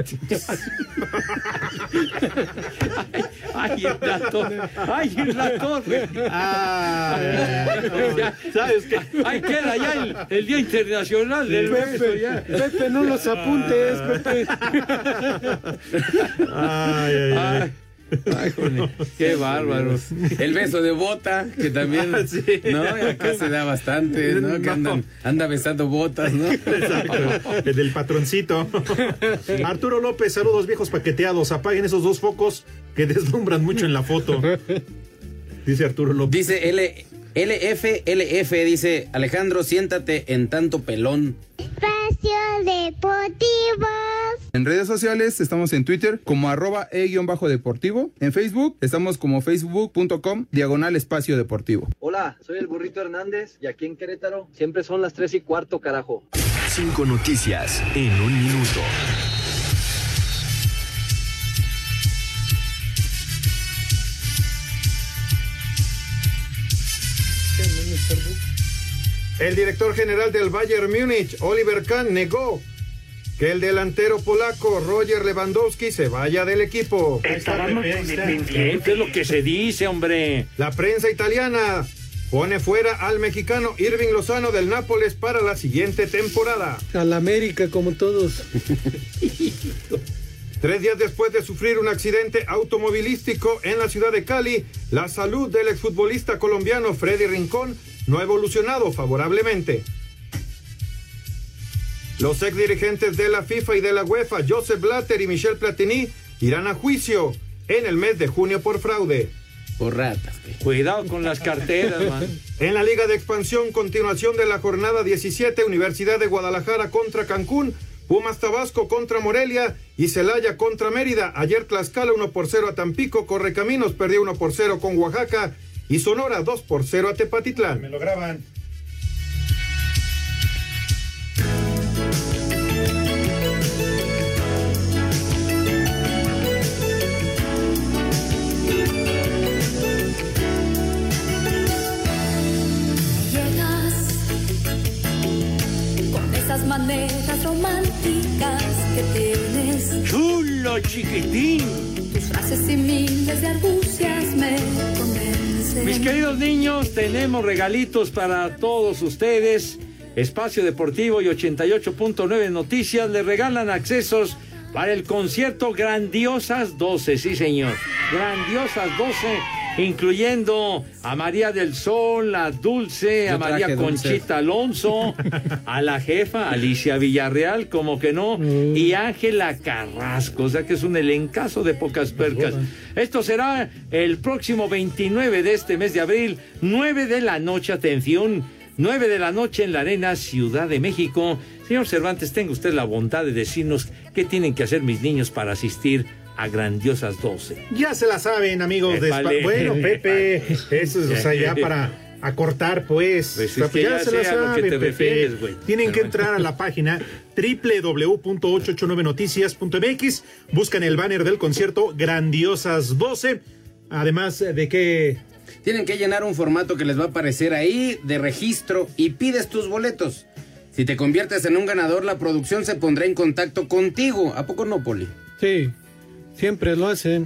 Ay, ay, el ratón. Ay, el ratón. Ah, ya, ¿sabes qué? Ahí queda ya el, el Día Internacional sí, del Pepe, beso. Ya. Pepe, no los apuntes, Pepe. Ay, ay, ay. Ay, joder, qué bárbaros. El beso de bota, que también, sí. ¿no? Acá se da bastante, ¿no? Que andan, anda besando botas, ¿no? Exacto. El del patroncito. Arturo López, saludos viejos paqueteados. Apaguen esos dos focos que deslumbran mucho en la foto. Dice Arturo López. Dice L, LF, LF, dice Alejandro, siéntate en tanto pelón. Espacio Deportivo. En redes sociales estamos en Twitter como arroba e-deportivo. En Facebook estamos como facebook.com diagonal espacio deportivo. Hola, soy el Burrito Hernández y aquí en Querétaro siempre son las tres y cuarto, carajo. Cinco noticias en un minuto. El director general del Bayern Múnich, Oliver Kahn, negó que el delantero polaco Roger Lewandowski se vaya del equipo. Estábamos pendientes, es lo que se dice, hombre. La prensa italiana pone fuera al mexicano Irving Lozano del Nápoles para la siguiente temporada. Al América, como todos. Tres días después de sufrir un accidente automovilístico en la ciudad de Cali, la salud del exfutbolista colombiano Freddy Rincón no ha evolucionado favorablemente. Los exdirigentes de la FIFA y de la UEFA, Joseph Blatter y Michel Platini, irán a juicio en el mes de junio por fraude. Por ratas. Cuidado con las carteras, man. En la Liga de Expansión, continuación de la jornada diecisiete, Universidad de Guadalajara contra Cancún, Pumas Tabasco contra Morelia y Celaya contra Mérida. Ayer Tlaxcala uno por cero a Tampico, Correcaminos perdió uno por cero con Oaxaca y Sonora dos por cero a Tepatitlán. Me lo graban. Maneras románticas que tienes. Chulo, chiquitín. Tus frases y miles de argucias me convencen. Mis queridos niños, tenemos regalitos para todos ustedes. Espacio Deportivo y ochenta y ocho punto nueve Noticias les regalan accesos para el concierto Grandiosas doce. Sí, señor. Grandiosas doce. Incluyendo a María del Sol, a Dulce, Yo a María Conchita dulces. Alonso, a la jefa Alicia Villarreal, como que no, mm. y Ángela Carrasco, o sea que es un elencazo de pocas percas. Esto será el próximo veintinueve de este mes de abril, nueve de la noche, atención, nueve de la noche en la Arena Ciudad de México. Señor Cervantes, tenga usted la bondad de decirnos qué tienen que hacer mis niños para asistir a Grandiosas doce. Ya se la saben, amigos. De vale. Bueno, Pepe, eso es, o sea, ya para acortar, pues. pues es que ya, ya se la saben, Pepe. Refieres, Tienen que entrar a la página doble u doble u doble u punto ochocientos ochenta y nueve noticias punto m x, buscan el banner del concierto Grandiosas doce, además de que... Tienen que llenar un formato que les va a aparecer ahí, de registro, y pides tus boletos. Si te conviertes en un ganador, la producción se pondrá en contacto contigo. ¿A poco no, Poli? Sí. Siempre lo hacen.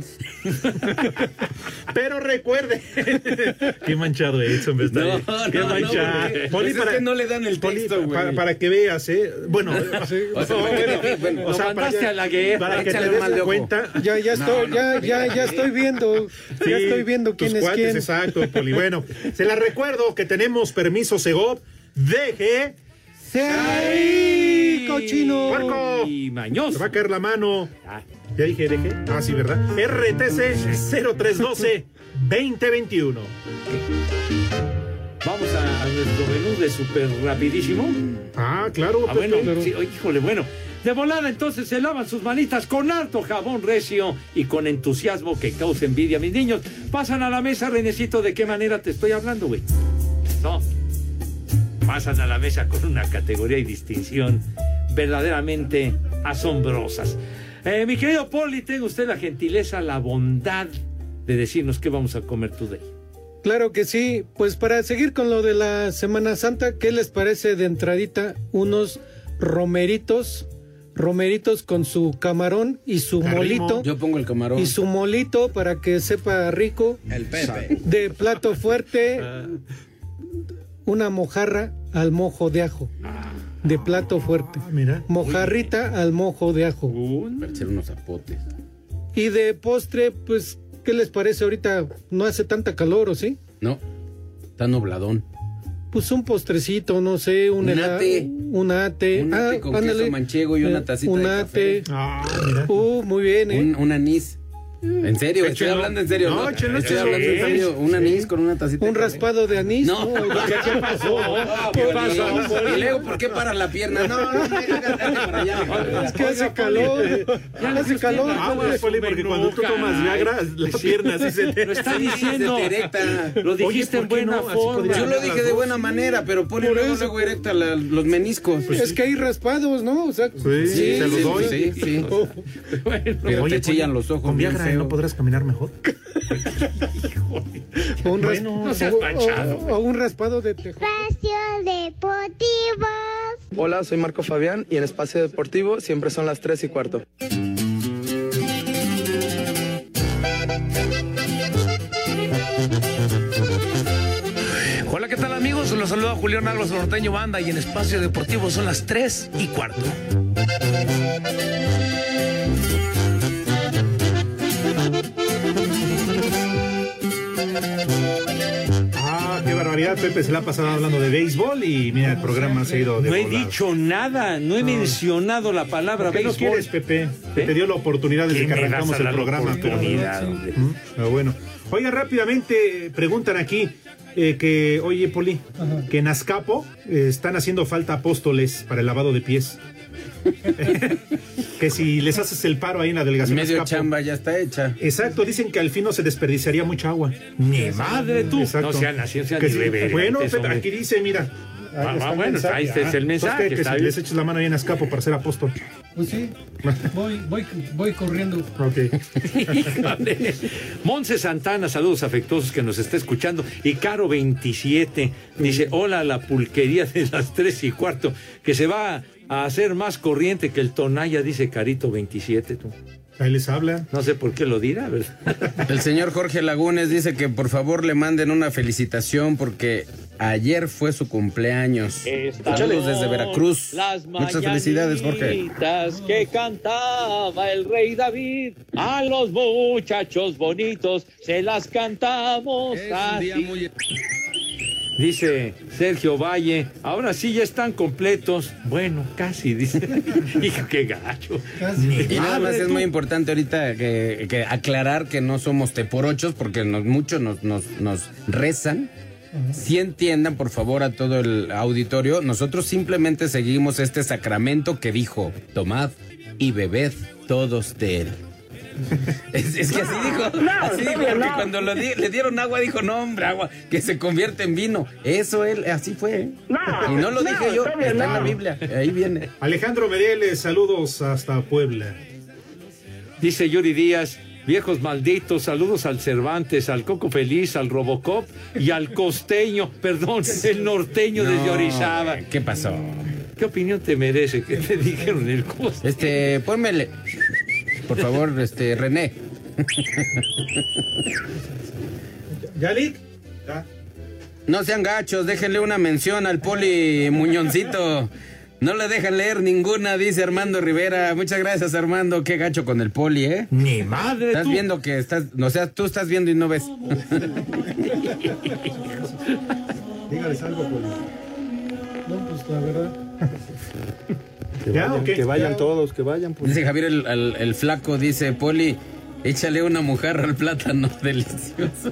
Pero recuerde. Qué manchado es, hombre. Está no, no, Qué manchado. No, Poli, pues para, es que no le dan el texto, Poli, para, para que veas, ¿eh? Bueno, sí, o sea, bueno, bueno, o sea, para, que, a la guerra, para que te des cuenta. Ya, ya estoy, no, ya, ya, ya estoy viendo. Sí, ya estoy viendo quién es cuates, quién. Exacto, Poli. Bueno, se la recuerdo que tenemos permiso Segov. Deje. ¡Sí! ¡Cochino! ¡Puerco! Y mañoso. Se va a caer la mano. Ah. Ya dije, dije. Ah, sí, ¿verdad? R T C cero tres uno dos veinte veintiuno. Vamos a, a nuestro menú de súper rapidísimo. Ah, claro. Ah, bueno, pero... sí, híjole, bueno. De volada, entonces, se lavan sus manitas con harto jabón recio y con entusiasmo que causa envidia a mis niños. Pasan a la mesa, Renecito, ¿de qué manera te estoy hablando, güey? No. Pasan a la mesa con una categoría y distinción verdaderamente asombrosas. Eh, mi querido Poli, tenga usted la gentileza, la bondad de decirnos qué vamos a comer today. Claro que sí, pues para seguir con lo de la Semana Santa, ¿qué les parece de entradita unos romeritos? Romeritos con su camarón y su Carrimo. molito. Yo pongo el camarón. Y su molito para que sepa rico. El Pepe. De plato fuerte, una mojarra al mojo de ajo. De plato fuerte. Ah, mira. Mojarrita al mojo de ajo. Para hacer unos zapotes. Y de postre, pues, ¿qué les parece ahorita? ¿No hace tanta calor o sí? No, está nubladón. Pues un postrecito, no sé, un, un ate. Un ate. Un ate ah, con ándale. queso manchego y una tacita un de ate. café. Ah, mira. Uh, muy bien, ¿eh? Un, un anís. En serio, estoy hablando en serio. No, no, estoy estoy hablando en serio. Un anís con una tacita. Un raspado de anís. No, no ¿qué, ¿qué pasó? ¿Qué pasó? Y luego, ¿por qué para la pierna? No, no, no, para allá. Es que hace calor. Ya hace calor. Ah, pues, Poli, porque cuando tú tomas Viagra, la pierna así se te... Lo está diciendo. Lo dijiste en buena forma. Yo lo dije de buena manera, pero Poli luego luego erecta los meniscos. Es que hay raspados, ¿no? O sea, sí, se los doy. Sí, sí. Pero te chillan los ojos. Con Viagra no podrás caminar mejor. un bueno, no seas manchado, o, o un raspado de tejón. Espacio Deportivo. Hola, soy Marco Fabián y en Espacio Deportivo siempre son las tres y cuarto. Hola, ¿qué tal amigos? Los saluda Julián Álvarez Norteño Banda y en Espacio Deportivo son las tres y cuarto. Ah, qué barbaridad. Pepe se la ha pasado hablando de béisbol y mira, el programa ha seguido de No he volado. dicho nada, no he no. mencionado la palabra ¿Qué béisbol. no quieres, Pepe? ¿Eh? Te dio la oportunidad desde que arrancamos el programa. Pero, ¿Mm? pero bueno. Oiga, rápidamente preguntan aquí eh, que, oye, Poli, Ajá. que en Azcapo eh, están haciendo falta apóstoles para el lavado de pies. Que si les haces el paro ahí en la delegación medio Azcapo, chamba ya está hecha. Exacto, dicen que al fin no se desperdiciaría mucha agua. Ni madre tú. Exacto. No sean así, sean que si, bueno, hombre. Aquí dice, mira. Ah, ah, bueno, mensaje, ahí es el mensaje. Que, que si les eches la mano ahí en Azcapo para ser apóstol. Pues sí, voy, voy, voy corriendo. Ok. Monse Santana, saludos afectuosos que nos está escuchando. Y Caro veintisiete dice, hola a la pulquería de las tres y cuarto, que se va a hacer más corriente que el Tonaya, dice Carito veintisiete. Tú. Ahí les habla. No sé por qué lo dirá, ¿verdad? El señor Jorge Lagunes dice que por favor le manden una felicitación porque ayer fue su cumpleaños. Saludos desde Veracruz. Muchas felicidades, Jorge. Que cantaba el rey David, a los muchachos bonitos se las cantamos así. Muy... Dice Sergio Valle, ahora sí ya están completos. Bueno, casi, dice. Hijo, qué gacho. Y nada más es muy importante ahorita que, que aclarar que no somos teporochos porque nos, muchos nos, nos, nos rezan. Si entiendan, por favor, a todo el auditorio, nosotros simplemente seguimos este sacramento que dijo, tomad y bebed todos de él. Es, es que así dijo, no, así dijo, porque no. Cuando lo di, le dieron agua, dijo, no, hombre, agua, que se convierte en vino. Eso él, así fue. No, y no lo no, dije yo, está no. en la Biblia, ahí viene. Alejandro Medieles, saludos hasta Puebla. Dice Yuri Díaz, viejos malditos, saludos al Cervantes, al Coco Feliz, al Robocop y al costeño, perdón, el norteño no, desde Orizaba. ¿Qué pasó? ¿Qué opinión te merece? ¿Qué te dijeron el costeño? Este, pónmele... Por favor, este, René. ¿Yalik? ¿Ya? No sean gachos, déjenle una mención al Poli Muñoncito. No le dejan leer ninguna, dice Armando Rivera. Muchas gracias, Armando. Qué gacho con el Poli, ¿eh? Ni madre. Estás tú. viendo que estás, o sea, tú estás viendo y no ves. Dígales algo, Poli. No, pues la verdad. Que vayan, okay. que vayan todos, que vayan. Pues. Dice Javier el, el, el flaco, dice, Poli, échale una mojarra al plátano, delicioso.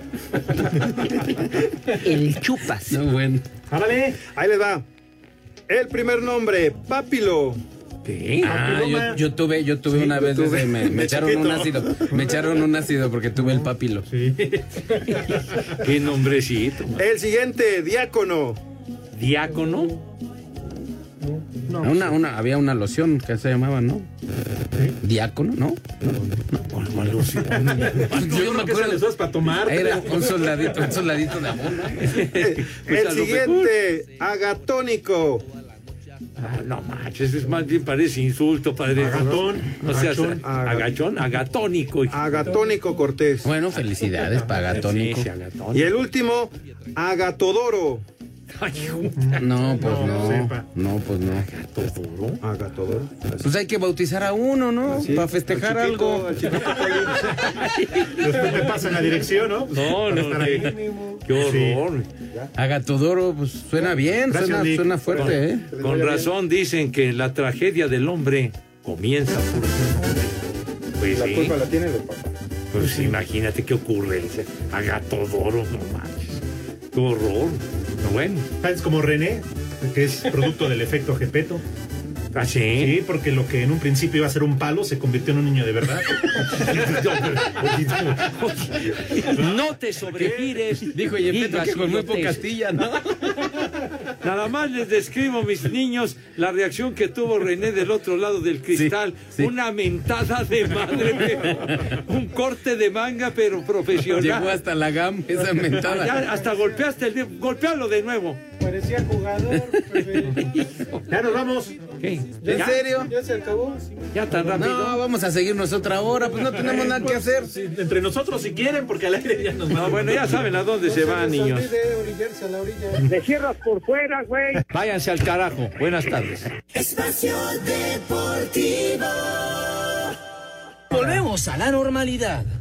El chupas. No, bueno. ¡Árale! Ahí les va. El primer nombre, Papilo. ¿Qué? Ah, yo, yo tuve, yo tuve sí, una vez, tuve. Desde, me, me echaron chiquito. un ácido, me echaron un ácido porque tuve el papilo. Sí. Qué nombrecito. El siguiente, Diácono. ¿Diácono? No, una, una, había una loción que se llamaba, ¿no? ¿Sí? Diácono, ¿no? No, no, no loción. Yo, yo me acuerdo de para tomar. Era un soldadito, un soldadito de amor. El siguiente, Agatónico. Ah, no manches, es más bien parece insulto, padre. Agatón. No seas agachón, agatónico. Agatónico Cortés. Bueno, felicidades para Agatónico. Sí, sí, Agatónico. Y el último, Agatodoro. No, pues no. No, no pues no. ¿Agatodoro? ¿Agatodoro? Pues hay que bautizar a uno, ¿no? Así, para festejar al chiquito, algo. al chiquito Después me pasan la dirección, ¿no? No, no, Para estar qué, ahí. qué horror. Agatodoro, pues suena bien, Gracias, suena, Nick. suena fuerte, Con, ¿eh? con razón dicen que la tragedia del hombre comienza por su nombre. Pues La sí. culpa la tiene los papás. Pues imagínate qué ocurrencia. Agatodoro, no manches. Qué horror. Bueno. Es como René, que es producto del efecto Gepetto. ¿Ah, sí? Sí, porque lo que en un principio iba a ser un palo se convirtió en un niño de verdad. No te sobregires. Dijo Gepetto que con muy poca astilla, ¿no? Nada más les describo, mis niños, la reacción que tuvo René del otro lado del cristal. Sí, sí. Una mentada de madre, pero un corte de manga, pero profesional. Llegó hasta la gam, esa mentada. Ya hasta golpeaste el dedo. Golpealo de nuevo. Parecía jugador. Ya nos vamos. ¿Qué? ¿En ¿Ya? serio? Ya se acabó. Ya tan rápido. No, vamos a seguirnos otra hora, pues no tenemos nada que hacer. Sí, entre nosotros si quieren, porque al aire ya nos No, bueno, ya saben a dónde se van, niños. De orillarse a la orilla. Me cierras por fuera, güey. Váyanse al carajo. Buenas tardes. Espacio Deportivo. Volvemos a la normalidad.